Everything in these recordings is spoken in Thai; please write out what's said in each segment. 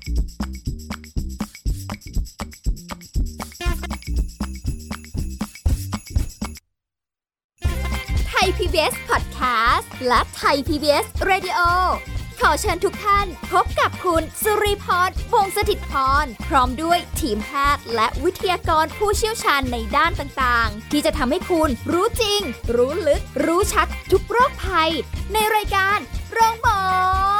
ไทย PBS Podcast และไทย PBS Radio ขอเชิญทุกท่านพบกับคุณสุริพร วงศ์สถิตพรพร้อมด้วยทีมแพทย์และวิทยากรผู้เชี่ยวชาญในด้านต่างๆที่จะทำให้คุณรู้จริงรู้ลึกรู้ชัดทุกโรคภัยในรายการโรงหมอ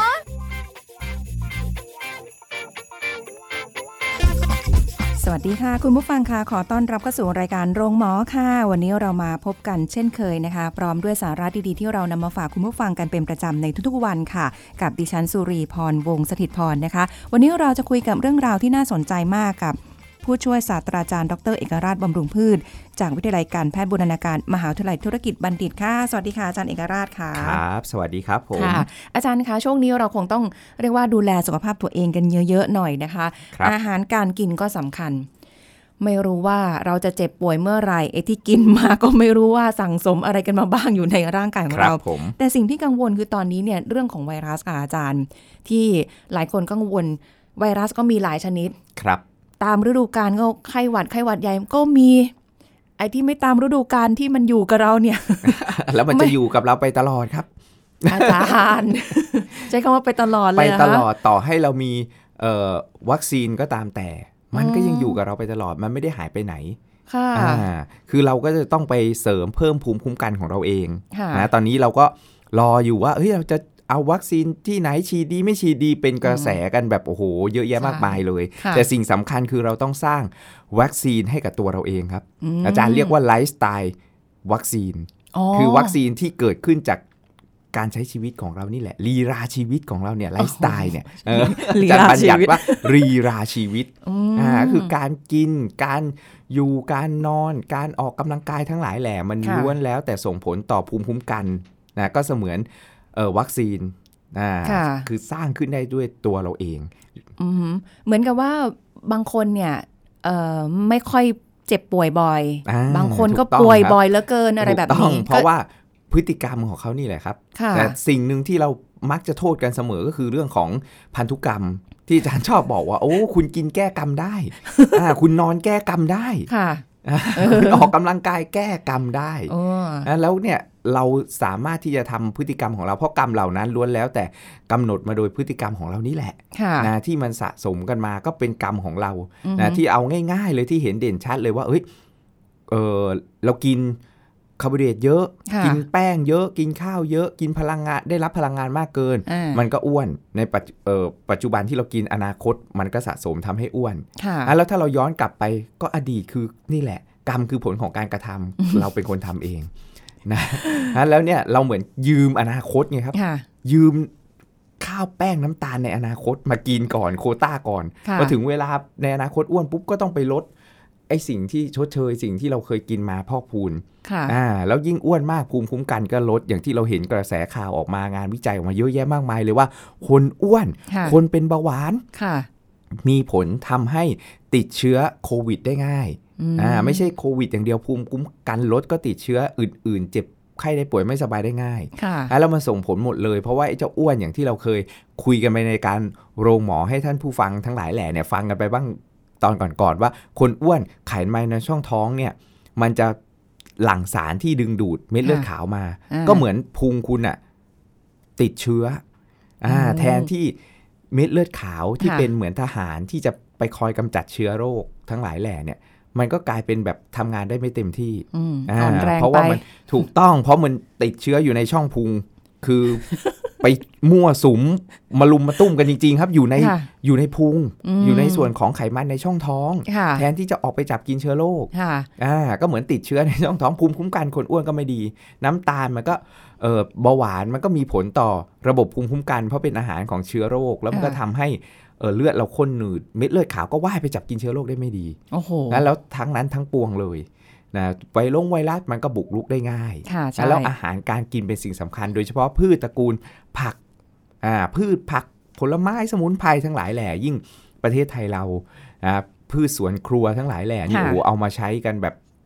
สวัสดีค่ะคุณผู้ฟังค่ะขอต้อนรับเข้าสู่รายการโรงหมอค่ะวันนี้เรามาพบกันเช่นเคยนะคะพร้อมด้วยสาระดีๆที่เรานำมาฝากคุณผู้ฟังกันเป็นประจำในทุกๆวันค่ะกับดิฉันสุรีพรวงศ์สถิตพรนะคะวันนี้เราจะคุยกับเรื่องราวที่น่าสนใจมากกับผู้ช่วยศาสตราจารย์ดร.เอกราชบำรุงพืชจากวิทยาลัยการแพทย์บูรณาการมหาวิทยาลัยธุรกิจบัณฑิตค่ะสวัสดีค่ะอาจารย์เอกราชค่ะครับสวัสดีครับผมค่ะอาจารย์คะช่วงนี้เราคงต้องเรียกว่าดูแลสุขภาพตัวเองกันเยอะๆหน่อยนะคะอาหารการกินก็สำคัญไม่รู้ว่าเราจะเจ็บป่วยเมื่อไหร่ไอ้ที่กินมาก็ไม่รู้ว่าสั่งสมอะไรกันมาบ้างอยู่ในร่างกายของเราแต่สิ่งที่กังวลคือตอนนี้เนี่ยเรื่องของไวรัสค่ะอาจารย์ที่หลายคนกังวลไวรัสก็มีหลายชนิดครับตามฤดูกาลก็ไข้หวัดใหญ่ก็มีไอ้ที่ไม่ตามฤดูกาลที่มันอยู่กับเราเนี่ยแล้วมันจะอยู่กับเราไปตลอดครับอาจารย์ใช้คำว่าไปตลอดเลยไปตลอดต่อให้เรามีวัคซีนก็ตามแต่มันก็ยังอยู่กับเราไปตลอดมันไม่ได้หายไปไหนค่ะคือเราก็จะต้องไปเสริมเพิ่มภูมิคุ้มกันของเราเองนะตอนนี้เราก็รออยู่ว่าเราจะเอาวัคซีนที่ไหนฉีดดีไม่ฉีดดีเป็นกระแสกันแบบโอ้โหเยอะแยะมากมายเลยแต่สิ่งสำคัญคือเราต้องสร้างวัคซีนให้กับตัวเราเองครับอาจารย์เรียกว่าไลฟ์สไตล์วัคซีนคือวัคซีนที่เกิดขึ้นจากการใช้ชีวิตของเรานี่แหละลีลาชีวิตของเราเนี่ยไลฟ์สไตล์เนี่ยจะบัญญัติว่าลีลาชีวิตคือการกินการอยู่การนอนการออกกำลังกายทั้งหลายแหละมันล้วนแล้วแต่ส่งผลต่อภูมิคุ้มกันนะก็เสมือนวัคซีนคือสร้างขึ้นได้ด้วยตัวเราเองเหมือนกับว่าบางคนเนี่ยไม่ค่อยเจ็บป่วยบ่อยบางคนก็ป่วยบ่อยเหลือเกินอะไรแบบนี้เพราะว่าพฤติกรรมของเขานี่แหละครับแต่สิ่งหนึ่งที่เรามักจะโทษกันเสมอก็คือเรื่องของพันธุกรรมที่อาจารย์ชอบบอกว่าโอ้คุณกินแก้กรรมได้คุณนอนแก้กรรมได้คุณออกกำลังกายแก้กรรมได้แล้วเนี่ยเราสามารถที่จะทำพฤติกรรมของเราเพราะกรรมเหล่านั้นล้วนแล้วแต่กำหนดมาโดยพฤติกรรมของเรานี่แหละนะที่มันสะสมกันมาก็เป็นกรรมของเรานะที่เอาง่ายๆเลยที่เห็นเด่นชัดเลยว่าเรากินคาร์โบไฮเดรตเยอะกินแป้งเยอะกินข้าวเยอะกินพลังงานได้รับพลังงานมากเกินมันก็อ้วนในปัจจุบันที่เรากินอนาคตมันก็สะสมทำให้อ้วนแล้วถ้าเราย้อนกลับไปก็อดีตคือนี่แหละกรรมคือผลของการกระทำ เราเป็นคนทำเองนะแล้วเนี่ยเราเหมือนยืมอนาคตไงครับยืมข้าวแป้งน้ำตาลในอนาคตมากินก่อนโควต้าก่อนพอถึงเวลาในอนาคตอ้วนปุ๊บก็ต้องไปลดไอ้สิ่งที่ชดเชยสิ่งที่เราเคยกินมาพอกพูนแล้วยิ่งอ้วนมากภูมิคุ้มกันก็ลดอย่างที่เราเห็นกระแสข่าวออกมางานวิจัยออกมาเยอะแยะมากมายเลยว่าคนอ้วนคนเป็นเบาหวานมีผลทำให้ติดเชื้อโควิดได้ง่ายไม่ใช่โควิดอย่างเดียวภูมิคุ้มกันลดก็ติดเชื้ออื่นๆเจ็บไข้ได้ป่วยไม่สบายได้ง่ายแล้วมันส่งผลหมดเลยเพราะว่าไอ้เจ้าอ้วนอย่างที่เราเคยคุยกันไปในการโรงหมอให้ท่านผู้ฟังทั้งหลายแหล่เนี่ยฟังกันไปบ้างตอนก่อนๆว่าคนอ้วนไขมันในช่องท้องเนี่ยมันจะหลั่งสารที่ดึงดูดเม็ดเลือดขาวมาก็เหมือนพุงคุณอะติดเชื้อแทนที่เม็ดเลือดขาวที่เป็นเหมือนทหารที่จะไปคอยกำจัดเชื้อโรคทั้งหลายแหล่เนี่ยมันก็กลายเป็นแบบทำงานได้ไม่เต็มที่เพราะว่ามันถูกต้องเพราะมันติดเชื้ออยู่ในช่องพุงคือไปมั่วสุมมาลุมมาตุ้มกันจริงๆครับอยู่ในพุงอยู่ในส่วนของไขมันในช่องท้องแทนที่จะออกไปจับกินเชื้อโรคก็เหมือนติดเชื้อในช่องท้องภูมิคุ้มกันคนอ้วนก็ไม่ดีน้ำตาลมันก็เบาหวานมันก็มีผลต่อระบบภูมิคุ้มกันเพราะเป็นอาหารของเชื้อโรคแล้วมันก็ทำให้เลือดเราข้นหนืดเม็ดเลือดขาวก็ว่ายไปจับกินเชื้อโรคได้ไม่ดีแล้วทั้งนั้นทั้งปวงเลยนะไวรัสมันก็บุกรุกได้ง่ายแล้วอาหารการกินเป็นสิ่งสำคัญโดยเฉพาะพืชตระกูลผักพืชผักผลไม้สมุนไพรทั้งหลายแหล่ยิ่งประเทศไทยเราพืชสวนครัวทั้งหลายแหล่นี่เอามาใช้กันแบบ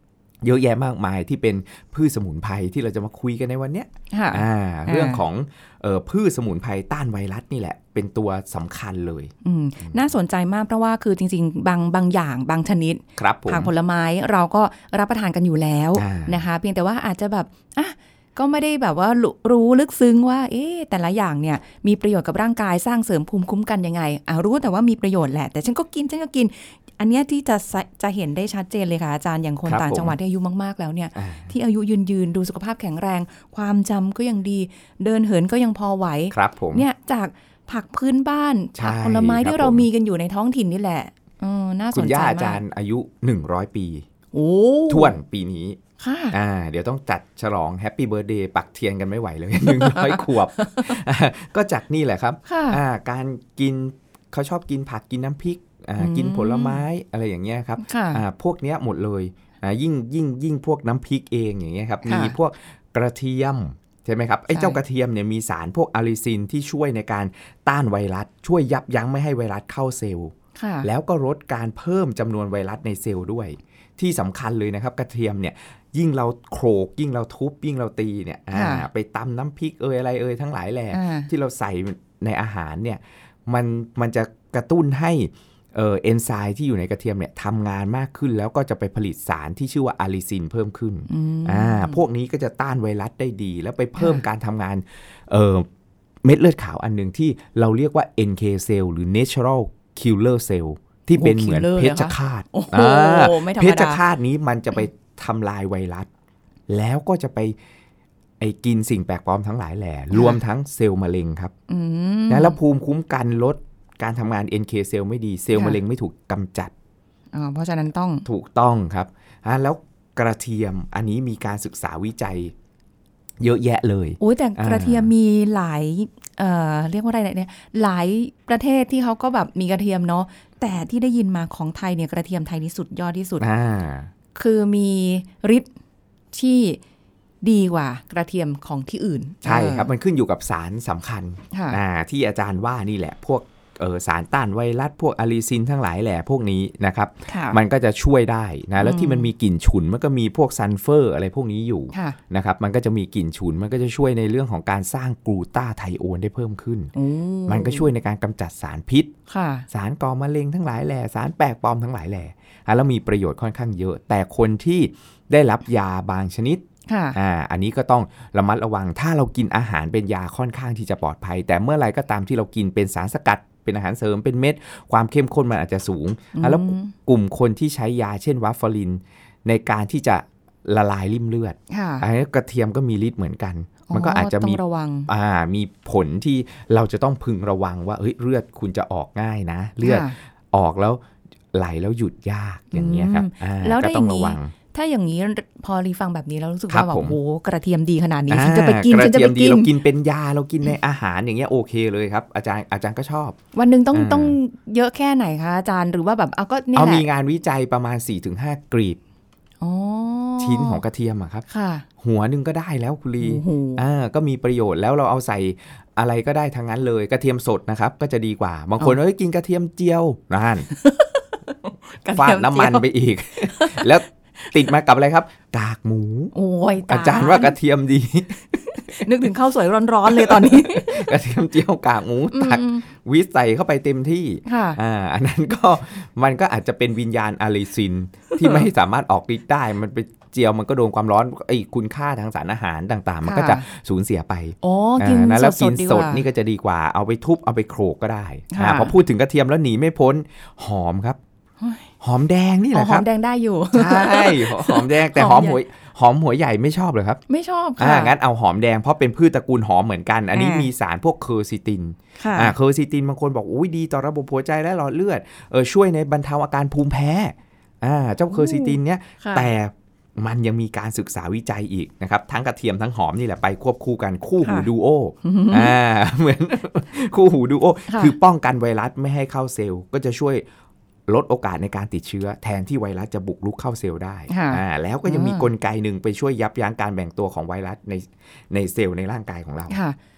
เยอะแยะมากมายที่เป็นพืชสมุนไพรที่เราจะมาคุยกันในวันนี้เรื่องของพืชสมุนไพรต้านไวรัสนี่แหละเป็นตัวสำคัญเลยน่าสนใจมากเพราะว่าคือจริงๆบางอย่างบางชนิดผักผลไม้เราก็รับประทานกันอยู่แล้วนะคะเพียงแต่ว่าอาจจะแบบก็ไม่ได้แบบว่ารู้ลึกซึ้งว่าแต่ละอย่างเนี่ยมีประโยชน์กับร่างกายสร้างเสริมภูมิคุ้มกันยังไงรู้แต่ว่ามีประโยชน์แหละแต่ฉันก็กินอันนี้ที่จะเห็นได้ชัดเจนเลยค่ะอาจารย์อย่างคนต่างจังหวัดที่อายุมากๆแล้วเนี่ยที่อายุยืนดูสุขภาพแข็งแรงความจำก็ยังดีเดินเหินก็ยังพอไหวเนี่ยจากผักพื้นบ้านผักผลไม้ที่เรามีกันอยู่ในท้องถิ่นนี่แหละน่าสนใจมากคุณย่าอาจารย์อายุ100ปีท่วนปีนี้เดี๋ยวต้องจัดฉลองแฮปปี้เบิร์ธเดย์ปักเทียนกันไม่ไหวเลย100 ขวบก็จากนี่แหละครับการกินเขาชอบกินผักกินน้ำพริกกินผลไม้อะไรอย่างเงี้ยครับพวกเนี้ยหมดเลยยิ่งพวกน้ำพริกเองอย่างเงี้ยครับมีพวกกระเทียมใช่ไหมครับไอ้เจ้ากระเทียมเนี่ยมีสารพวกอะลิซินที่ช่วยในการต้านไวรัสช่วยยับยั้งไม่ให้ไวรัสเข้าเซลล์แล้วก็ลดการเพิ่มจำนวนไวรัสในเซลล์ด้วยที่สำคัญเลยนะครับกระเทียมเนี่ยยิ่งเราโขลกยิ่งเราทุบยิ่งเราตีเนี่ยไปตำน้ำพริกอะไรทั้งหลายแหละที่เราใส่ในอาหารเนี่ยมันจะกระตุ้นให้เอนไซม์ที่อยู่ในกระเทียมเนี่ยทำงานมากขึ้นแล้วก็จะไปผลิตสารที่ชื่อว่าอะลิซินเพิ่มขึ้นพวกนี้ก็จะต้านไวรัสได้ดีแล้วไปเพิ่มการทำงานเม็ดเลือดขาวอันนึงที่เราเรียกว่า NK cell หรือ natural killer cell ที่เป็นเหมือนเพชฌฆาตเพชฌฆาตนี้มันจะไปทำลายไวรัสแล้วก็จะไปกินสิ่งแปลกปลอมทั้งหลายแหล่รวมทั้งเซลล์มะเร็งครับแล้วภูมิคุ้มกันลดการทำงาน NK เซลล์ไม่ดีเซลล์มะเร็งไม่ถูกกำจัดเพราะฉะนั้นต้องถูกต้องครับแล้วกระเทียมอันนี้มีการศึกษาวิจัยเยอะแยะเลยแต่กระเทียมมีหลายเรียกว่าอะไรเนี่ยหลายประเทศที่เขาก็แบบมีกระเทียมเนาะแต่ที่ได้ยินมาของไทยเนี่ยกระเทียมไทยนี่สุดยอดที่สุดคือมีฤทธิ์ที่ดีกว่ากระเทียมของที่อื่นใช่ครับมันขึ้นอยู่กับสารสำคัญที่อาจารย์ว่านี่แหละพวกสารต้านไวรัสพวกอะลิซินทั้งหลายแหละพวกนี้นะครับมันก็จะช่วยได้นะแล้วที่มันมีกลิ่นฉุนมันก็มีพวกซัลเฟอร์อะไรพวกนี้อยู่นะครับมันก็จะมีกลิ่นฉุนมันก็จะช่วยในเรื่องของการสร้างกลูตาไทโอนได้เพิ่มขึ้นมันก็ช่วยในการกำจัดสารพิษสารก่อมะเร็งทั้งหลายแหละสารแปลกปลอมทั้งหลายแหละแล้วมีประโยชน์ค่อนข้างเยอะแต่คนที่ได้รับยาบางชนิดอันนี้ก็ต้องระมัดระวังถ้าเรากินอาหารเป็นยาค่อนข้างที่จะปลอดภัยแต่เมื่อไรก็ตามที่เรากินเป็นสารสกัดเป็นอาหารเสริมเป็นเม็ดความเข้มข้นมันอาจจะสูงแล้วกลุ่มคนที่ใช้ยาเช่นวาฟารินในการที่จะละลายริ่มเลือดอันนี้กระเทียมก็มีฤทธิ์เหมือนกันมันก็อาจจะมีผลที่เราจะต้องพึงระวังว่าเลือดคุณจะออกง่ายนะเลือดออกแล้วไหลแล้วหยุดยากอย่างเงี้ยครับก็ต้องระวังถ้าอย่างนี้พอรีฟังแบบนี้แล้วรู้สึกว่าแบบโอ้กระเทียมดีขนาดนี้ฉันจะไปกินเรากินเป็นยาเรากินในอาหารอย่างเงี้ยโอเคเลยครับอาจารย์ก็ชอบวันนึงต้องเยอะแค่ไหนคะอาจารย์หรือว่าแบบก็เนี่ยแหละมีงานวิจัยประมาณ 4-5 กรีบชิ้นของกระเทียมอะครับหัวนึงก็ได้แล้วคุณลีก็มีประโยชน์แล้วเราเอาใส่อะไรก็ได้ทั้งนั้นเลยกระเทียมสดนะครับก็จะดีกว่าบางคนกินกระเทียมเจียวนั่นฟาดน้ำมันไปอีกแล้วติดมากับอะไรครับกากหมูอาจารย์ว่ากระเทียมดีนึกถึงข้าวสวยร้อนๆเลยตอนนี้กระเทียมเจียวกากหมูตักวิใส่เข้าไปเต็มที่อันนั้นก็มันก็อาจจะเป็นวิญญาณอะลิซินที่ไม่สามารถออกฤทธิ์ได้มันไปเจียวมันก็โดนความร้อนคุณค่าทางสารอาหารต่างๆมันก็จะสูญเสียไปแล้วกินสดนี่ก็จะดีกว่าเอาไปทุบเอาไปโขลกก็ได้พอพูดถึงกระเทียมแล้วหนีไม่พ้นหอมครับหอมแดงนี่แหละครับหอมแดงได้อยู่ใช่หอมแดงแต่หอมหัวใหญ่ไม่ชอบเลยครับไม่ชอบค่ะงั้นเอาหอมแดงเพราะเป็นพืชตระกูลหอมเหมือนกันอันนี้มีสารพวกเคอร์ซิตินเคอร์ซิตินบางคนบอกอุ้ยดีต่อระบบหัวใจและหลอดเลือดช่วยในบรรเทาอาการภูมิแพ้เจ้าเคอร์ซิตินเนี้ยแต่มันยังมีการศึกษาวิจัยอีกนะครับทั้งกระเทียมทั้งหอมนี่แหละไปควบคู่กันคู่หูดูโอเหมือนคู่หูดูโอคือป้องกันไวรัสไม่ให้เข้าเซลล์ก็จะช่วยลดโอกาสในการติดเชื้อแทนที่ไวรัสจะบุกรุกเข้าเซลล์ได้แล้วก็ยังมีกลไกหนึ่งไปช่วยยับยั้งการแบ่งตัวของไวรัสในเซลล์ในร่างกายของเรา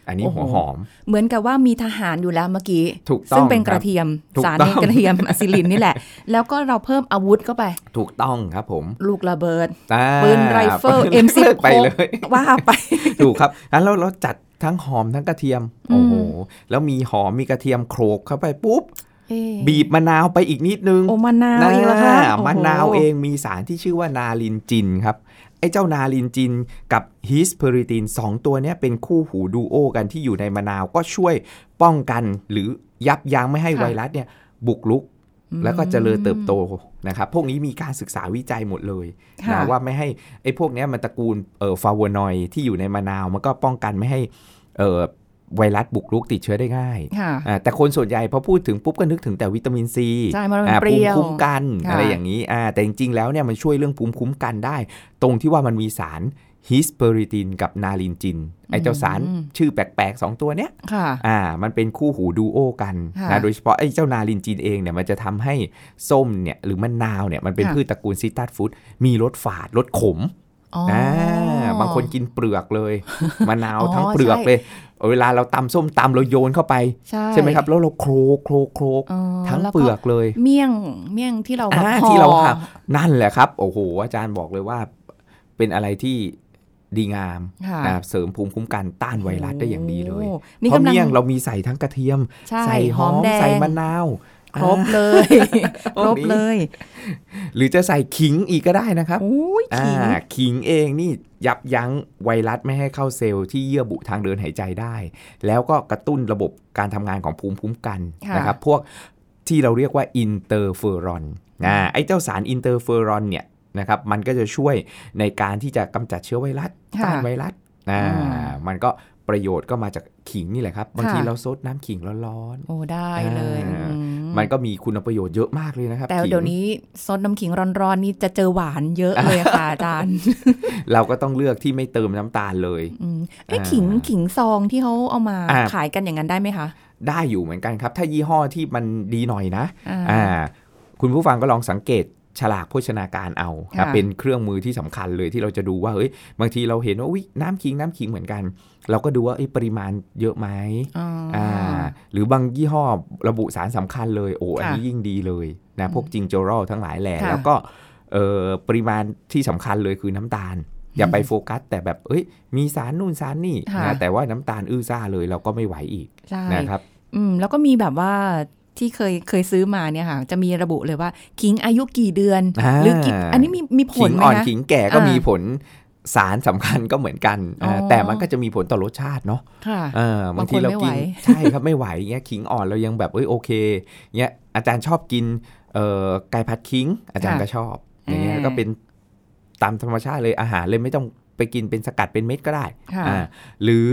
อันนี้หัวหอมเหมือนกับว่ามีทหารอยู่แล้วเมื่อกี้ถูกต้องซึ่งเป็นกระเทียมสารในกระเทียมอะซิลินนี่แหละแล้วก็เราเพิ่มอาวุธเข้าไปถูกต้องครับผมลูกระเบิดปืนไรเฟิล M16 ไปเลยว่าไปถูกครับงั้นเราจัดทั้งหอมทั้งกระเทียมโอ้โหแล้วมีหอมมีกระเทียมโขลกเข้าไปปุ๊บบีบมะนาวไปอีกนิดนึงโอ้มะนาวอีกแล้วค่ะมะนาวเองมีสารที่ชื่อว่านาลินจินครับไอ้เจ้านาลินจินกับฮิสเพอริติน2ตัวนี้เป็นคู่หูดูโอกันที่อยู่ในมะนาวก็ช่วยป้องกันหรือยับยั้งไม่ให้ไวรัสเนี่ยบุกรุกแล้วก็เจริญเติบโตนะครับพวกนี้มีการศึกษาวิจัยหมดเลยนะว่าไม่ให้ไอ้พวกนี้มันตระกูลฟลาโวนอยด์ที่อยู่ในมะนาวมันก็ป้องกันไม่ให้ไวรัสบุกรุกติดเชื้อได้ง่ายแต่คนส่วนใหญ่พอพูดถึงปุ๊บก็นึกถึงแต่วิตามินซีภูมิคุ้มกันอะไรอย่างนี้แต่จริงๆแล้วเนี่ยมันช่วยเรื่องภูมิคุ้มกันได้ตรงที่ว่ามันมีสารฮิสเปอริตินกับนาลินจินไอ้เจ้าสารชื่อแปลกๆ2ตัวเนี้ยมันเป็นคู่หูดูโอกันนะโดยเฉพาะไอ้เจ้านาลินจินเองเนี่ยมันจะทำให้ส้มเนี่ยหรือมะนาวเนี่ยมันเป็นพืชตระกูลซิตรัสฟรุตมีรสฝาดรสขมบางคนกินเปลือกเลยมะนาวทั้งเปลือกเลยเวลาเราตำส้มตำเราโยนเข้าไปใช่ไหมครับแล้วเราโคลกทั้งเปลือกเลยเมี่ยงที่เราที่เราหักนั่นแหละครับโอ้โหอาจารย์บอกเลยว่าเป็นอะไรที่ดีงามเสริมภูมิคุ้มกันต้านไวรัสได้อย่างดีเลยเพราะเมี่ยงเรามีใส่ทั้งกระเทียมใส่หอมใส่มะนาวครบเลยหรือจะใส่ขิงอีกก็ได้นะครับขิงเองนี่ยับยั้งไวรัสไม่ให้เข้าเซลล์ที่เยื่อบุทางเดินหายใจได้แล้วก็กระตุ้นระบบการทำงานของภูมิคุ้มกันนะครับพวกที่เราเรียกว่าอินเตอร์เฟอรอนไอ้เจ้าสารอินเตอร์เฟอรอนเนี่ยนะครับมันก็จะช่วยในการที่จะกำจัดเชื้อไวรัสต้านไวรัสมันก็ประโยชน์ก็มาจากขิงนี่แหละครับบางทีเราซดน้ำขิงร้อนๆโอ้ได้เลยมันก็มีคุณประโยชน์เยอะมากเลยนะครับแต่เดี๋ยวนี้ซดน้ำขิงร้อนๆนี่จะเจอหวานเยอะเลยค่ะอาจารย์เราก็ต้องเลือกที่ไม่เติมน้ำตาลเลยไอ้ขิงซองที่เขาเอามาขายกันอย่างนั้นได้ไหมคะได้อยู่เหมือนกันครับถ้ายี่ห้อที่มันดีหน่อยนะคุณผู้ฟังก็ลองสังเกตฉลากโภชนาการเอาเป็นเครื่องมือที่สำคัญเลยที่เราจะดูว่าเฮ้ยบางทีเราเห็นว่าน้ำขิงเหมือนกันเราก็ดูว่าปริมาณเยอะไหมหรือบางยี่ห้อระบุสารสำคัญเลยอันนี้ยิ่งดีเลยนะพวกจิงโจโร่ทั้งหลายแหล่แล้วก็ปริมาณที่สำคัญเลยคือน้ำตาลอย่าไปโฟกัสแต่แบบมีสารนู่นสารนี่นะแต่ว่าน้ำตาลอื้อซ่าเลยเราก็ไม่ไหวอีกนะครับแล้วก็มีแบบว่าที่เคยซื้อมาเนี่ยค่ะจะมีระบุเลยว่าขิงอายุกี่เดือนหรืออันนี้มีผลไหมคะขิงอ่อนขิงแก่ก็มีผลสารสำคัญก็เหมือนกันแต่มันก็จะมีผลต่อรสชาติเนาะบางทีเรากินใช่ครับไม่ไหวเงี้ยขิงอ่อนเรายังแบบโอเคเงี้ยอาจารย์ชอบกินไก่ผัดขิงอาจารย์ก็ชอบอย่างเงี้ยก็เป็นตามธรรมชาติเลยอาหารเลยไม่ต้องไปกินเป็นสกัดเป็นเม็ดก็ได้หรือ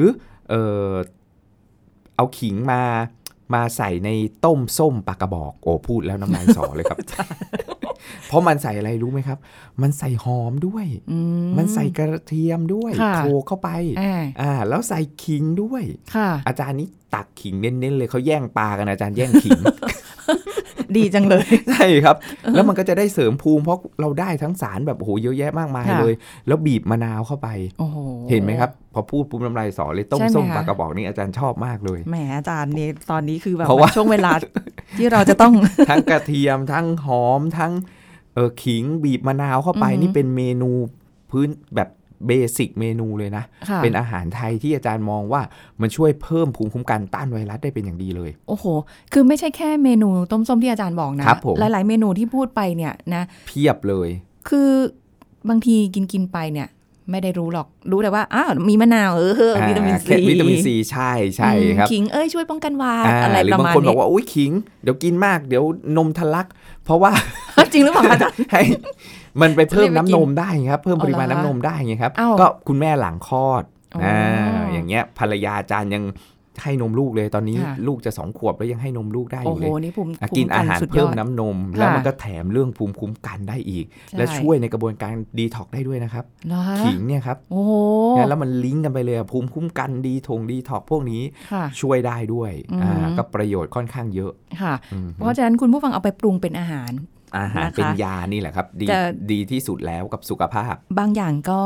เอาขิงมาใส่ในต้มส้มปลากระบอกพูดแล้วน้ำลายสอเลยครับ เพราะมันใส่อะไรรู้ไหมครับมันใส่หอมด้วยมันใส่กระเทียมด้วยโขลกเข้าไปแล้วใส่ขิงด้วยอาจารย์นี้ตักขิงเน้นๆเลยเขาแย่งปลากันอาจารย์แย่งขิงดีจังเลยใช่ครับแล้วมันก็จะได้เสริมภูมิเพราะเราได้ทั้งสารแบบเยอะแยะมากมายเลยแล้วบีบมะนาวเข้าไปเห็นไหมครับพอพูดปุ๊บน้ำลายสอเลยต้มส้มปลากระบอกนี่อาจารย์ชอบมากเลยแหมอาจารย์นี่ตอนนี้คือแบบช่วงเวลาที่เราจะต้องทั้งกระเทียมทั้งหอมทั้งขิงบีบมะนาวเข้าไปนี่เป็นเมนูพื้นแบบเบสิกเมนูเลยนะเป็นอาหารไทยที่อาจารย์มองว่ามันช่วยเพิ่มภูมิคุ้มกันต้านไวรัสได้เป็นอย่างดีเลยโอ้โหคือไม่ใช่แค่เมนูต้มส้มที่อาจารย์บอกนะหลายๆเมนูที่พูดไปเนี่ยนะเพียบเลยคือบางทีกินไปเนี่ยไม่ได้รู้หรอกรู้แต่ว่ามีมะนาววิตามินซีใช่ครับขิงช่วยป้องกันหวัดอะไรประมาณนี้หรือบางคนบอกว่าอุ๊ยขิงเดี๋ยวกินมากเดี๋ยวนมทะลักเพราะว่าจริงหรือเปล่าอาจารย์ให้มันไปเพิ่มน้ำนมได้ครับเพิ่มปริมาณน้ำนมได้ไงครับก็คุณแม่หลังคลอดอย่างเงี้ยภรรยาอาจารย์ยังให้นมลูกเลยตอนนี้ลูกจะ2 ขวบแล้วยังให้นมลูกได้อยู่เลยกินอาหารเพิ่มน้ำนมแล้วมันก็แถมเรื่องภูมิคุ้มกันได้อีกและช่วยในกระบวนการดีท็อกได้ด้วยนะครับขิงเนี่ยครับแล้วมันลิงก์กันไปเลยภูมิคุ้มกันดีท็อกพวกนี้ช่วยได้ด้วยก็ประโยชน์ค่อนข้างเยอะเพราะฉะนั้นคุณผู้ฟังเอาไปปรุงเป็นอาหารเป็นยานี่แหละครับดีที่สุดแล้วกับสุขภาพบางอย่างก็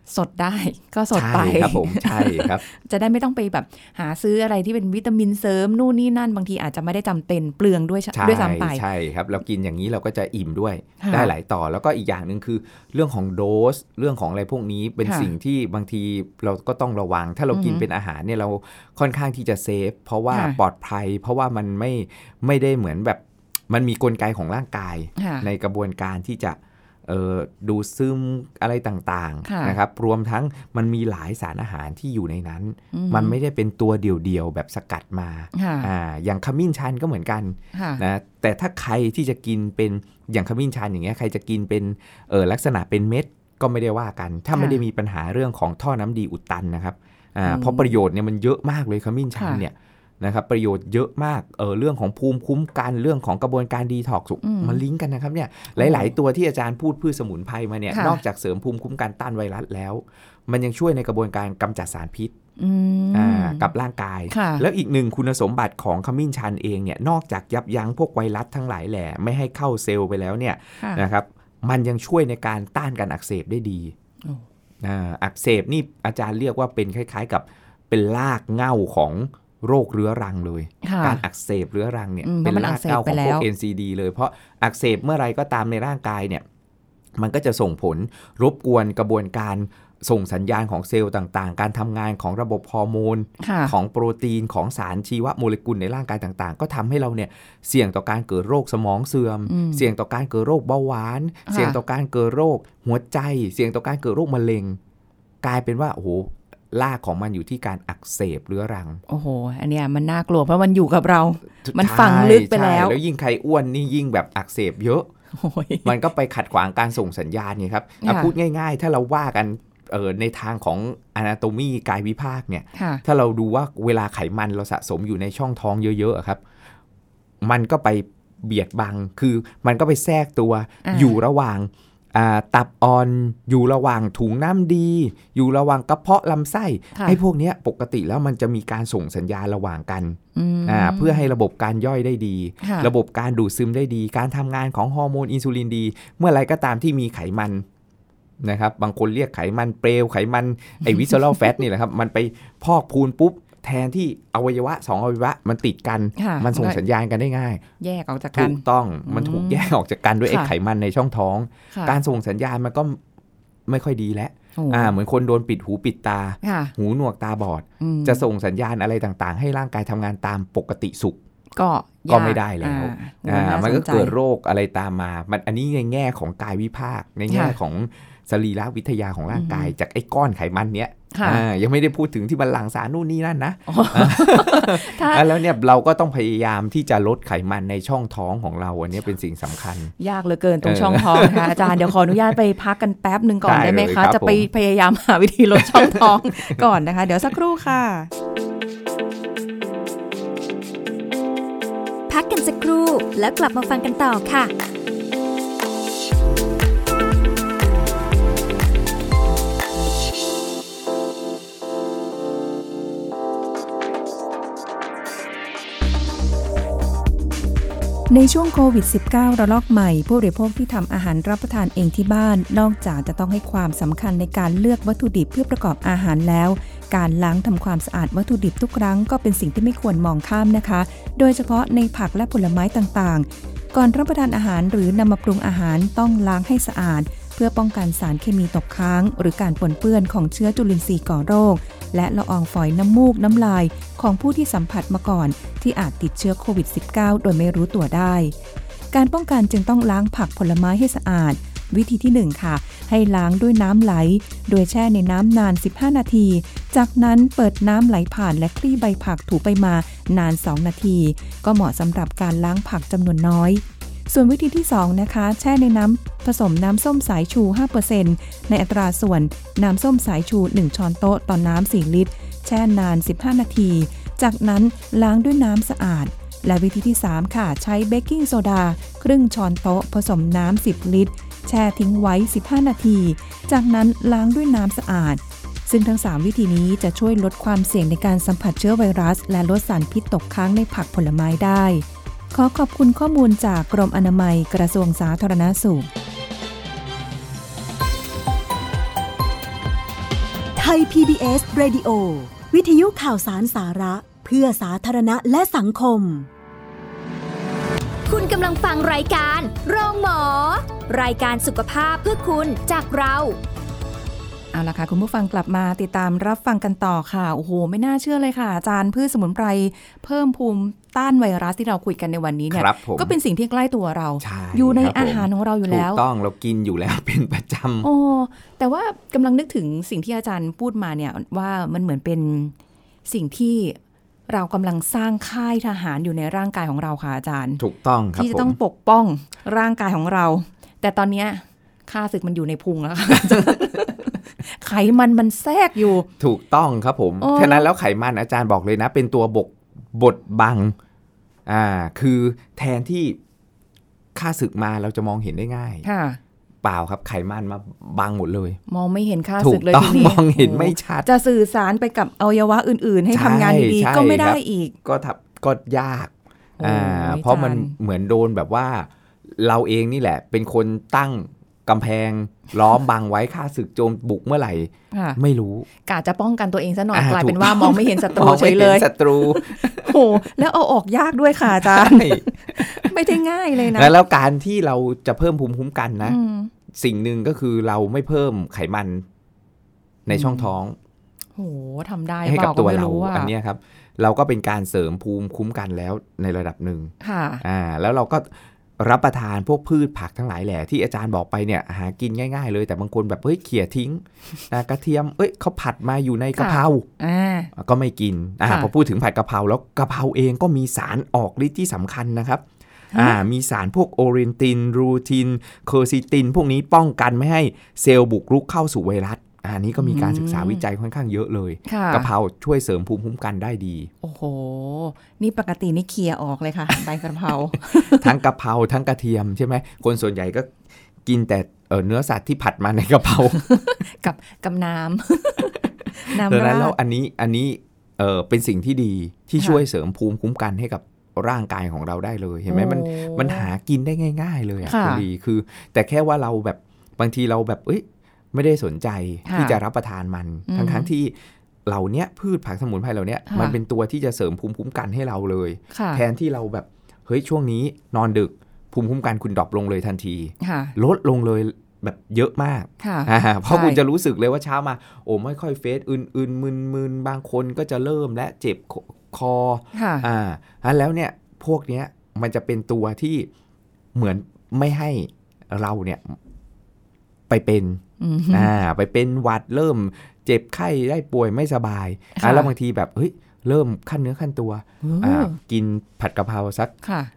สดได้ก็สดไปใช่ครับผมใช่ครับจะได้ไม่ต้องไปแบบหาซื้ออะไรที่เป็นวิตามินเสริมนู่นนี่นั่นบางทีอาจจะไม่ได้จำเป็นเปลืองด้วยซ้ำไปใช่ครับเรากินอย่างนี้เราก็จะอิ่มด้วยได้หลายต่อแล้วก็อีกอย่างนึงคือเรื่องของโดสเรื่องของอะไรพวกนี้เป็นสิ่งที่บางทีเราก็ต้องระวังถ้าเรากินเป็นอาหารเนี่ยเราค่อนข้างที่จะเซฟเพราะว่าปลอดภัยเพราะว่ามันไม่ได้เหมือนแบบมันมีกลไกของร่างกายในกระบวนการที่จะดูดซึมอะไรต่างๆนะครับรวมทั้งมันมีหลายสารอาหารที่อยู่ในนั้นมันไม่ได้เป็นตัวเดี่ยวๆแบบสกัดมาอย่างขมิ้นชันก็เหมือนกันนะแต่ถ้าใครที่จะกินเป็นอย่างขมิ้นชันอย่างเงี้ยใครจะกินเป็นลักษณะเป็นเม็ดก็ไม่ได้ว่ากันถ้าไม่ได้มีปัญหาเรื่องของท่อน้ำดีอุดตันนะครับเพราะประโยชน์เนี่ยมันเยอะมากเลยขมิ้นชันเนี่ยนะครับประโยชน์เยอะมากเรื่องของภูมิคุ้มกันเรื่องของกระบวนการดีท็อกซ์มันลิงก์กันนะครับเนี่ยหลายๆตัวที่อาจารย์พูดพืชสมุนไพรมาเนี่ยนอกจากเสริมภูมิคุ้มกันต้านไวรัสแล้วมันยังช่วยในกระบวนการกำจัดสารพิษกับร่างกายแล้วอีกหนึ่งคุณสมบัติของขมิ้นชันเองเนี่ยนอกจากยับยั้งพวกไวรัสทั้งหลายแหล่ไม่ให้เข้าเซลล์ไปแล้วเนี่ยนะครับมันยังช่วยในการต้านการอักเสบได้ดีอักเสบนี่อาจารย์เรียกว่าเป็นคล้ายๆกับเป็นรากเหง้าของโรคเรื้อรังเลยการอักเสบเรื้อรังเนี่ยเป็นรากเหง้าของพวก NCD เลยเพราะอักเสบเมื่อไรก็ตามในร่างกายเนี่ยมันก็จะส่งผลรบกวนกระบวนการส่งสัญญาณของเซลล์ต่างๆการทำงานของระบบฮอร์โมนของโปรตีนของสารชีวโมเลกุลในร่างกายต่างๆก็ทำให้เราเนี่ยเสี่ยงต่อการเกิดโรคสมองเสื่อมเสี่ยงต่อการเกิดโรคเบาหวานเสี่ยงต่อการเกิดโรคหัวใจเสี่ยงต่อการเกิดโรคมะเร็งกลายเป็นว่าโอ้โหรากของมันอยู่ที่การอักเสบเรื้อรังโอ้โหอันเนี้ยมันน่ากลัวเพราะมันอยู่กับเรามันฝังลึกไปแล้วยิ่งใครอ้วนนี่ยิ่งแบบอักเสบเยอะมันก็ไปขัดขวางการส่งสัญญาณไงครับพูดง่ายๆถ้าเราว่ากันในทางของ anatomy กายวิภาคเนี่ยถ้าเราดูว่าเวลาไขมันเราสะสมอยู่ในช่องท้องเยอะๆครับมันก็ไปเบียดบังคือมันก็ไปแทรกตัวอยู่ระหว่างตับอ่อนอยู่ระหว่างถุงน้ำดีอยู่ระหว่างกระเพาะลำไส้ไอ้พวกนี้ปกติแล้วมันจะมีการส่งสัญญาณระหว่างกันเพื่อให้ระบบการย่อยได้ดีระบบการดูดซึมได้ดีการทำงานของฮอร์โมนอินซูลินดีเมื่อไรก็ตามที่มีไขมันนะครับบางคนเรียกไขมันเปลวไขมันไอ้วิสเซอรัลแฟตนี่แหละครับมันไปพอกพูนปุ๊บแทนที่อวัยวะ2อวัยวะมันติดกันมันส่งสัญญาณกันได้ง่ายแยกออกจากกันถูกต้องมันถูกแยกออกจากกันด้วยไอ้ไขมันในช่องท้องการส่งสัญญาณมันก็ไม่ค่อยดีแล้วเหมือนคนโดนปิดหูปิดตาหูหนวกตาบอดจะส่งสัญญาณอะไรต่างๆให้ร่างกายทำงานตามปกติสุขก็ไม่ได้แล้วมันก็เกิดโรคอะไรตามมามันอันนี้ในแง่ของกายวิภาคในแง่ของสรีรวิทยาของร่างกายจากไอ้ก้อนไขมันเนี้ยยังไม่ได้พูดถึงที่มันหลั่งสารนู่นนี่นั่นนะแล้วเนี่ยเราก็ต้องพยายามที่จะลดไขมันในช่องท้องของเราอันนี้เป็นสิ่งสำคัญยากเหลือเกินตรงช่องท้องค่ะอาจารย์เดี๋ยวขออนุญาตไปพักกันแป๊บนึงก่อนได้ไหมคะจะไปพยายามหาวิธีลดช่องท้องก่อนนะคะเดี๋ยวสักครู่ค่ะพักกันสักครู่แล้วกลับมาฟังกันต่อค่ะในช่วงโควิด -19 ระลอกใหม่ผู้บริโภคที่ทำอาหารรับประทานเองที่บ้านนอกจากจะต้องให้ความสำคัญในการเลือกวัตถุดิบเพื่อประกอบอาหารแล้วการล้างทำความสะอาดวัตถุดิบทุกครั้งก็เป็นสิ่งที่ไม่ควรมองข้ามนะคะโดยเฉพาะในผักและผลไม้ต่างๆก่อนรับประทานอาหารหรือนำมาปรุงอาหารต้องล้างให้สะอาดเพื่อป้องกันสารเคมีตกค้างหรือการปนเปื้อนของเชื้อจุลินทรีย์ก่อโรคและละอองฝอยน้ำมูกน้ำลายของผู้ที่สัมผัสมาก่อนที่อาจติดเชื้อโควิด -19 โดยไม่รู้ตัวได้การป้องกันจึงต้องล้างผักผลไม้ให้สะอาดวิธีที่ 1 ค่ะให้ล้างด้วยน้ำไหลโดยแช่ในน้ำนาน15นาทีจากนั้นเปิดน้ำไหลผ่านและคลี่ใบผักถูไปมานาน2นาทีก็เหมาะสำหรับการล้างผักจำนวนน้อยส่วนวิธีที่2นะคะแช่ในน้ำผสมน้ำส้มสายชู 5% ในอัตราส่วนน้ำส้มสายชู1ช้อนโต๊ะต่อน้ำ4ลิตรแช่นาน15นาทีจากนั้นล้างด้วยน้ำสะอาดและวิธีที่3ค่ะใช้เบกกิ้งโซดาครึ่งช้อนโต๊ะผสมน้ำ10ลิตรแช่ทิ้งไว้15นาทีจากนั้นล้างด้วยน้ำสะอาดซึ่งทั้ง3วิธีนี้จะช่วยลดความเสี่ยงในการสัมผัสเชื้อไวรัสและลดสารพิษตกค้างในผักผลไม้ได้ขอขอบคุณข้อมูลจากกรมอนามัยกระทรวงสาธารณสุขย PBS Radio วิทยุข่าวสารสาระเพื่อสาธารณะและสังคมคุณกำลังฟังรายการโรงหมอรายการสุขภาพเพื่อคุณจากเราเอาล่ะค่ะคุณผู้ฟังกลับมาติดตามรับฟังกันต่อค่ะโอ้โหไม่น่าเชื่อเลยค่ะอาจารย์พืชสมุนไพรเพิ่มภูมิต้านไวรัสที่เราคุยกันในวันนี้เนี่ยก็เป็นสิ่งที่ใกล้ตัวเราอยู่ในอาหารของเราอยู่แล้วถูกต้องเรากินอยู่แล้วเป็นประจำโอ้แต่ว่ากำลังนึกถึงสิ่งที่อาจารย์พูดมาเนี่ยว่ามันเหมือนเป็นสิ่งที่เรากำลังสร้างค่ายทหารอยู่ในร่างกายของเราค่ะอาจารย์ถูกต้องครับที่จะต้องปกป้องร่างกายของเราแต่ตอนนี้ค่าศึกมันอยู่ในพุงแล้วค่ะไขมันแทรกอยู่ถูกต้องครับผมฉะนั้นแล้วไขมันอาจารย์บอกเลยนะเป็นตัวบดบังคือแทนที่ค่าศึกมาเราจะมองเห็นได้ง่ายเปล่าครับไขมันมาบังหมดเลยมองไม่เห็นค่าศึกเลยทีนี้มองเห็นไม่ชัดจะสื่อสารไปกับอวัยวะอื่นๆให้ทำงานดีๆก็ไม่ได้อีกก็ยากเพราะมันเหมือนโดนแบบว่าเราเองนี่แหละเป็นคนตั้งกำแพงล้อมบังไว้ค่าศึกโจมบุกเมื่อไหร่ไม่รู้กะจะป้องกันตัวเองซะหน่อยกลายเป็นว่ามองไม่เห็นศัตรูเฉยเลยศัตรูโอ้แล้วเอาออกยากด้วยค่ะอาจารย์ไม่ได้ง่ายเลยนะแล้วการที่เราจะเพิ่มภูมิคุ้มกันนะสิ่งหนึ่งก็คือเราไม่เพิ่มไขมันในช่องท้องโอ้ทำได้ให้กับตัวเราอันนี้ครับเราก็เป็นการเสริมภูมิคุ้มกันแล้วในระดับหนึ่งแล้วเราก็รับประทานพวกพืชผักทั้งหลายแหละที่อาจารย์บอกไปเนี่ยหากินง่ายๆเลยแต่บางคนแบบเฮ้ยเขี่ยทิ้งกระเทียมเขาผัดมาอยู่ในกะเพราก็ไม่กินพอพูดถึงผัดกะเพราแล้วกะเพราเองก็มีสารออกฤทธิ์ที่สำคัญนะครับมีสารพวกโอเรนตินรูทินเคอร์ซิตินพวกนี้ป้องกันไม่ให้เซลล์บุกรุกเข้าสู่ไวรัสอันนี้ก็มีการศึกษาวิจัยค่อนข้างเยอะเลยกะเพราช่วยเสริมภูมิคุ้มกันได้ดีโอ้โหนี่ปกตินี่เคลียร์ออกเลยค่ะใบกะเพราทั้งกะเพราทั้งกระเทียมใช่ไหมคนส่วนใหญ่ก็กินแต่เนื้อสัตว์ที่ผัดมาในกะเพรากับน้ำดังนั้นแล้วอันนี้เป็นสิ่งที่ดีที่ช่วยเสริมภูมิคุ้มกันให้กับร่างกายของเราได้เลยเห็นไหมมันหากินได้ง่ายๆเลยคุณดีคือแต่แค่ว่าเราแบบบางทีเราแบบไม่ได้สนใจที่จะรับประทานมันทั้งที่เหล่านี้พืชผักสมุนไพรเหล่านี้มันเป็นตัวที่จะเสริมภูมิคุ้มกันให้เราเลยแทนที่เราแบบเฮ้ยช่วงนี้นอนดึกภูมิคุ้มกันคุณดรอปลงเลยทันทีลดลงเลยแบบเยอะมากเพราะคุณจะรู้สึกเลยว่าเช้ามาโอ้ไม่ค่อยเฟสอื่นๆมึนๆบางคนก็จะเริ่มและเจ็บคอแล้วเนี่ยพวกนี้มันจะเป็นตัวที่เหมือนไม่ให้เราเนี่ยไปเป็นไปเป็นหวัดเริ่มเจ็บไข้ได้ป่วยไม่สบายแล้วบางทีแบบเฮ้ยเริ่มขั้นเนื้อขั้นตัวกินผัดกะเพราสัก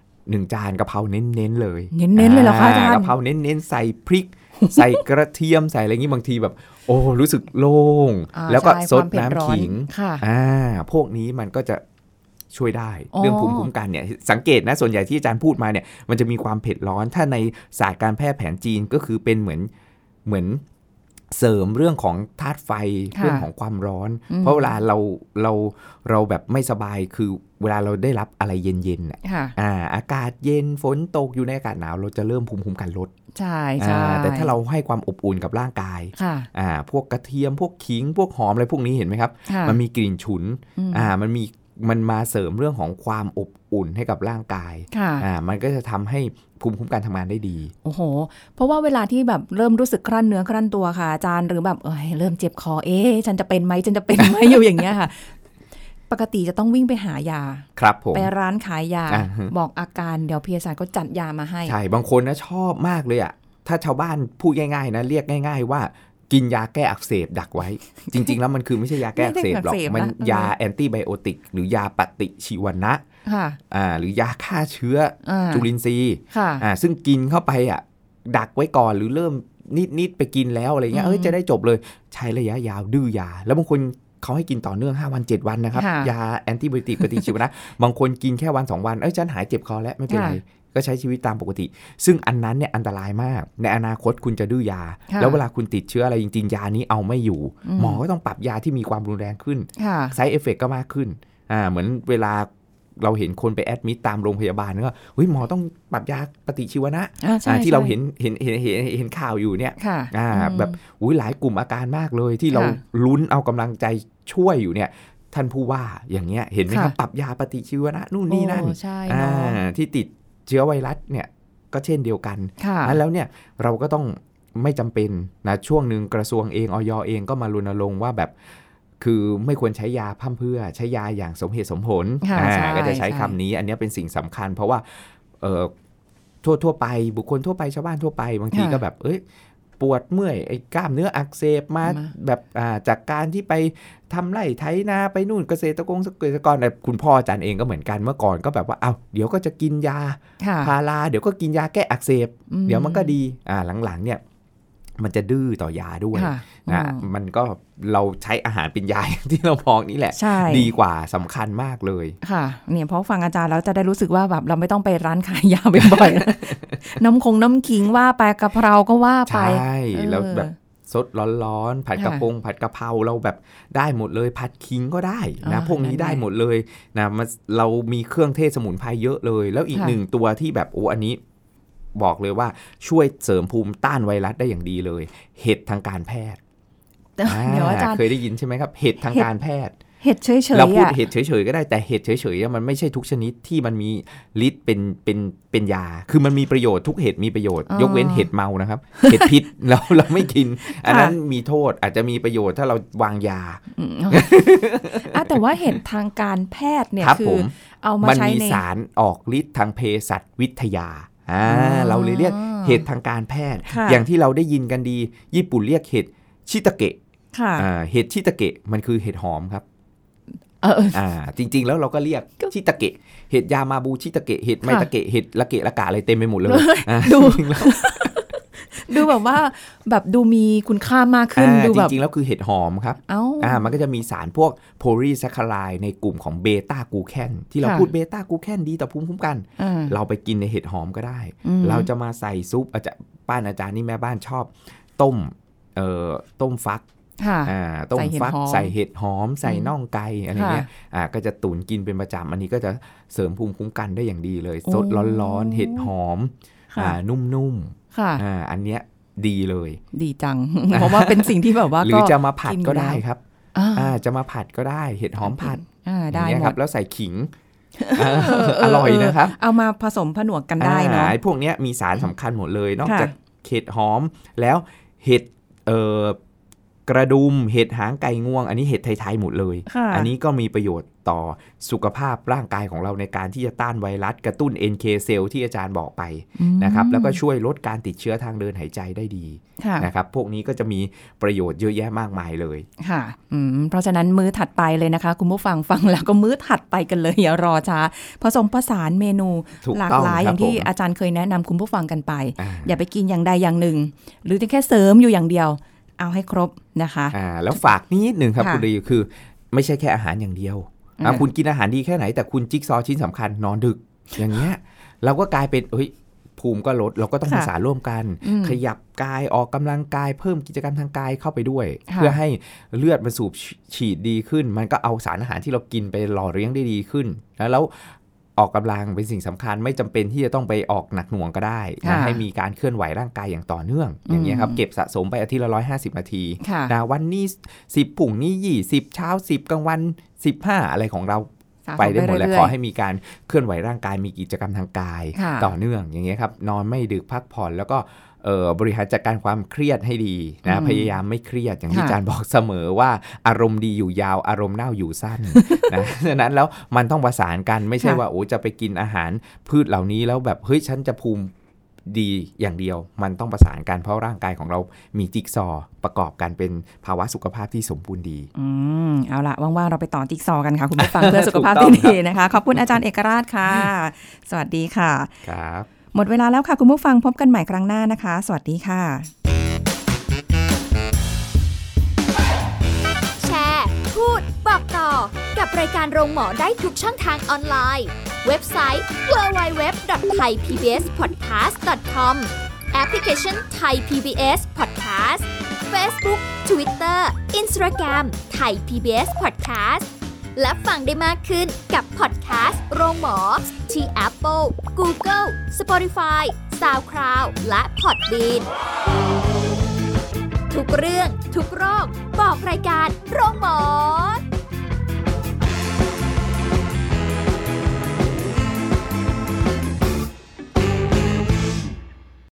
1 จานกะเพราเน้นๆเลยเน้นๆเลยเหรอคะอาจารย์กะเพราเน้นๆใส่พริกใส่กระเทียมใส่อะไรงี้บางทีแบบโอ้รู้สึกโล่งแล้วก็ซดน้ำขิงพวกนี้มันก็จะช่วยได้เรื่องภูมิคุ้มกันเนี่ยสังเกตนะส่วนใหญ่ที่อาจารย์พูดมาเนี่ยมันจะมีความเผ็ดร้อนถ้าในศาสตร์การแพทย์แผนจีนก็คือเป็นเหมือนเสริมเรื่องของธาตุไฟเรื่องของความร้อนเพราะเวลาเราแบบไม่สบายคือเวลาเราได้รับอะไรเย็นๆอากาศเย็นฝนตกอยู่ในอากาศหนาวเราจะเริ่มภูมิคุ้มกันลดใช่แต่ถ้าเราให้ความอบอุ่นกับร่างกายพวกกระเทียมพวกขิงพวกหอมอะไรพวกนี้เห็นไหมครับมันมีกลิ่นฉุนมันมาเสริมเรื่องของความอบอุ่นให้กับร่างกายมันก็จะทำให้ภูมิคุ้มกันทำงานได้ดีโอ้โหเพราะว่าเวลาที่แบบเริ่มรู้สึกครั่นเนื้อครั่นตัวค่ะอาจารย์หรือแบบเริ่มเจ็บคอฉันจะเป็นไหมอยู่อย่างเงี้ยค่ะปกติจะต้องวิ่งไปหายาครับผมไปร้านขายยาบอกอาการเดี๋ยวเภสัชก็จัดยามาให้ใช่บางคนนะชอบมากเลยอ่ะถ้าชาวบ้านพูดง่ายๆนะเรียกง่ายๆว่ากินยาแก้อักเสบดักไว้จริงๆแล้วมันคือไม่ใช่ยาแก้อักเสบหรอกมันยาแอนตี้ไบโอติกหรือยาปฏิชีวนะหรือยาฆ่าเชื้อจุลินทรีย์ซึ่งกินเข้าไปดักไว้ก่อนหรือเริ่มนิดๆไปกินแล้วอะไรเงี้ยจะได้จบเลยใช้ระยะยาวดื้อยาแล้วบางคนเขาให้กินต่อเนื่อง5 วัน7 วันนะครับยาแอนตี้ไบโอติกปฏิชีวนะบางคนกินแค่วัน2 วันฉันหายเจ็บคอแล้วไม่เป็นไรก็ใช้ชีวิตตามปกติซึ่งอันนั้นเนี่ยอันตรายมากในอนาคตคุณจะดื้อยาแล้วเวลาคุณติดเชื้ออะไรจริงๆยานี้เอาไม่อยู่หมอก็ต้องปรับยาที่มีความรุนแรงขึ้นไซด์เอฟเฟคก็มากขึ้นเหมือนเวลาเราเห็นคนไปแอดมิดตามโรงพยาบาลก็เฮ้ยหมอต้องปรับยาปฏิชีวนะที่เราเห็นข่าวอยู่เนี่ยแบบหลายกลุ่มอาการมากเลยที่เราลุ้นเอากำลังใจช่วยอยู่เนี่ยท่านผู้ว่าอย่างเงี้ยเห็นไหมครับปรับยาปฏิชีวนะนู่นนี่นั่นที่ติดเชื้อไวรัสเนี่ยก็เช่นเดียวกันแล้วเนี่ยเราก็ต้องไม่จำเป็นนะช่วงนึงกระทรวงเองอย.เองก็มารณรงค์ว่าแบบคือไม่ควรใช้ยาพร่ำเพรื่อใช้ยาอย่างสมเหตุสมผลก็จะใช้คำนี้อันนี้เป็นสิ่งสำคัญเพราะว่าทั่วไปบุคคลทั่วไปชาวบ้านทั่วไปบางทีก็แบบปวดเมื่อยไอ้กล้ามเนื้ออักเสบมาแบบจากการที่ไปทำไร่ไถนาไปนู่นเกษตรกรแต่คุณพ่ออาจารย์เองก็เหมือนกันเมื่อก่อนก็แบบว่าเดี๋ยวก็จะกินยาพาราเดี๋ยวก็กินยาแก้อักเสบเดี๋ยวมันก็ดีหลังๆเนี่ยมันจะดื้อต่อยาด้วยนะมันก็เราใช้อาหารเป็นยาที่เราพองนี่แหละดีกว่าสำคัญมากเลยค่ะเนี่ยเพราะฟังอาจารย์แล้วจะได้รู้สึกว่าแบบเราไม่ต้องไปร้านขายยาบ่อยๆ น้ำขิงว่าไปกะเพราก็ว่าไปใช่แล้วแบบสดร้อนๆผัดกะเพราเราแบบได้หมดเลยผัดขิงก็ได้นะพวกนี้ได้หมดเลยนะเรามีเครื่องเทศสมุนไพรเยอะเลยแล้วอีกหนึ่งตัวที่แบบอันนี้บอกเลยว่าช่วยเสริมภูมิต้านไวรัสได้อย่างดีเลยเห็ดทางการแพทย์เดี๋ยวอาจารย์เคยได้ยินใช่ไหมครับเห็ดทางการแพทย์เห็ดเฉยๆเราพูดเห็ดเฉยๆก็ได้แต่เห็ดเฉยๆมันไม่ใช่ทุกชนิดที่มันมีฤทธิ์เป็นยาคือมันมีประโยชน์ทุกเห็ดมีประโยชน์ยกเว้นเห็ดเมานะครับเห็ดพิษเราไม่กินอันนั้นมีโทษอาจจะมีประโยชน์ถ้าเราวางยาแต่ว่าเห็ดทางการแพทย์เนี่ยคือเอามาใช้ในมันมีสารออกฤทธิ์ทางเภสัชวิทยาเราเลยเรียกเห็ดทางการแพทย์อย่างที่เราได้ยินกันดีญี่ปุ่นเรียกเห็ดชิตาเกะเห็ดชิตาเกะมันคือเห็ดหอมครับจริงๆแล้วเราก็เรียกชิตาเกะเห็ดยามาบูชิตาเกะเห็ดไมตาเกะเห็ดละเกะละกะอะไรเต็มไปหมดเลยดูแบบว่าแบบดูมีคุณค่ามากขึ้นดูแบบจริงๆแล้วคือเห็ดหอมครับมันก็จะมีสารพวกโพลีแซคคาไรด์ในกลุ่มของเบต้ากลูแคนที่เราพูดเบต้ากลูแคนดีต่อภูมิคุ้มกันเราไปกินในเห็ดหอมก็ได้เราจะมาใส่ซุปอาจารย์อาจารย์นี่แม่บ้านชอบต้มฟักต้มฟักใส่เห็ดหอมใส่น่องไก่อะไรเงี้ยก็จะตุ๋นกินเป็นประจำอันนี้ก็จะเสริมภูมิคุ้มกันได้อย่างดีเลยสดร้อนๆเห็ดหอมนุ่มอันเนี้ยดีเลยดีจัง เพราะว่าเป็นสิ่งที่แบบว่าหรือจะมาผัดก็ได้ครับจะมาผัดก็ได้เห็ดหอมผัดได้หมดแล้วใส่ขิงอร่อยนะครับเอามาผสมผนวกกันได้เนาะพวกนี้มีสารสำคัญหมดเลยนอกจากเห็ดหอมแล้วเห็ดกระดุมเห็ดหางไก่งวงอันนี้เห็ดไทยๆหมดเลยอันนี้ก็มีประโยชน์ต่อสุขภาพร่างกายของเราในการที่จะต้านไวรัสกระตุ้น NK เซลล์ที่อาจารย์บอกไปนะครับแล้วก็ช่วยลดการติดเชื้อทางเดินหายใจได้ดีนะครับพวกนี้ก็จะมีประโยชน์เยอะแยะมากมายเลยค่ะเพราะฉะนั้นมื้อถัดไปเลยนะคะคุณผู้ฟังฟังแล้วก็มื้อถัดไปกันเลยอย่ารอช้าผสมผสานเมนูหลากหลายอย่างที่อาจารย์เคยแนะนำคุณผู้ฟังกันไปอย่าไปกินอย่างใดอย่างหนึ่งหรือจะแค่เสริมอยู่อย่างเดียวเอาให้ครบนะคะแล้วฝากนิดนึงครับคุณดีคือไม่ใช่แค่อาหารอย่างเดียวคุณกินอาหารดีแค่ไหนแต่คุณจิ๊กซอว์ชิ้นสำคัญนอนดึกอย่างเงี้ยเราก็กลายเป็นภูมิก็ลดเราก็ต้องประสานร่วมกันขยับกายออกกำลังกายเพิ่มกิจกรรมทางกายเข้าไปด้วยเพื่อให้เลือดมันสูบฉีดดีขึ้นมันก็เอาสารอาหารที่เรากินไปหล่อเลี้ยงได้ดีขึ้นแล้วออกกำลังเป็นสิ่งสำคัญไม่จำเป็นที่จะต้องไปออกหนักหน่วงก็ได้นะให้มีการเคลื่อนไหวร่างกายอย่างต่อเนื่องอย่างเงี้ยครับเก็บสะสมไปอาทิตย์ละ150นาทีนะวันนี้10พรุ่งนี้20เช้า10กลางวัน15อะไรของเราไปได้หมดแล้วขอให้มีการเคลื่อนไหวร่างกายมีกิจกรรมทางกายต่อเนื่องอย่างเงี้ยครับนอนไม่ดึกพักผ่อนแล้วก็บริหารจัดการความเครียดให้ดีนะพยายามไม่เครียดอย่างที่อาจารย์บอกเสมอว่าอารมณ์ดีอยู่ยาวอารมณ์เน่าอยู่สั้นนะฉะนั้นแล้วมันต้องประสานกันไม่ใช่ว่าจะไปกินอาหารพืชเหล่านี้แล้วแบบเฮ้ยฉันจะภูมิดีอย่างเดียวมันต้องประสานกันเพราะร่างกายของเรามีจิ๊กซอว์ประกอบกันเป็นภาวะสุขภาพที่สมบูรณ์ดีเอาล่ะว่างๆเราไปต่อจิ๊กซอว์กันค่ะคุณผู้ฟัง เพื่อสุขภาพที่ดีนะคะขอบคุณอาจารย์เอกราชค่ะสวัสดีค่ะครับหมดเวลาแล้วค่ะคุณผู้ฟังพบกันใหม่ครั้งหน้านะคะสวัสดีค่ะแชร์พูดบอกต่อกับรายการโรงหมอได้ทุกช่องทางออนไลน์เว็บไซต์ www.thaipbspodcast.com แอปพลิเคชัน Thai PBS Podcast Facebook Twitter Instagram Thai PBS Podcast และฟังได้มากขึ้นกับพอดแคสต์โรงหมอที่ Apple, Google, Spotify, SoundCloud และ Podbean ทุกเรื่องทุกโรคบอกรายการโรงหมอ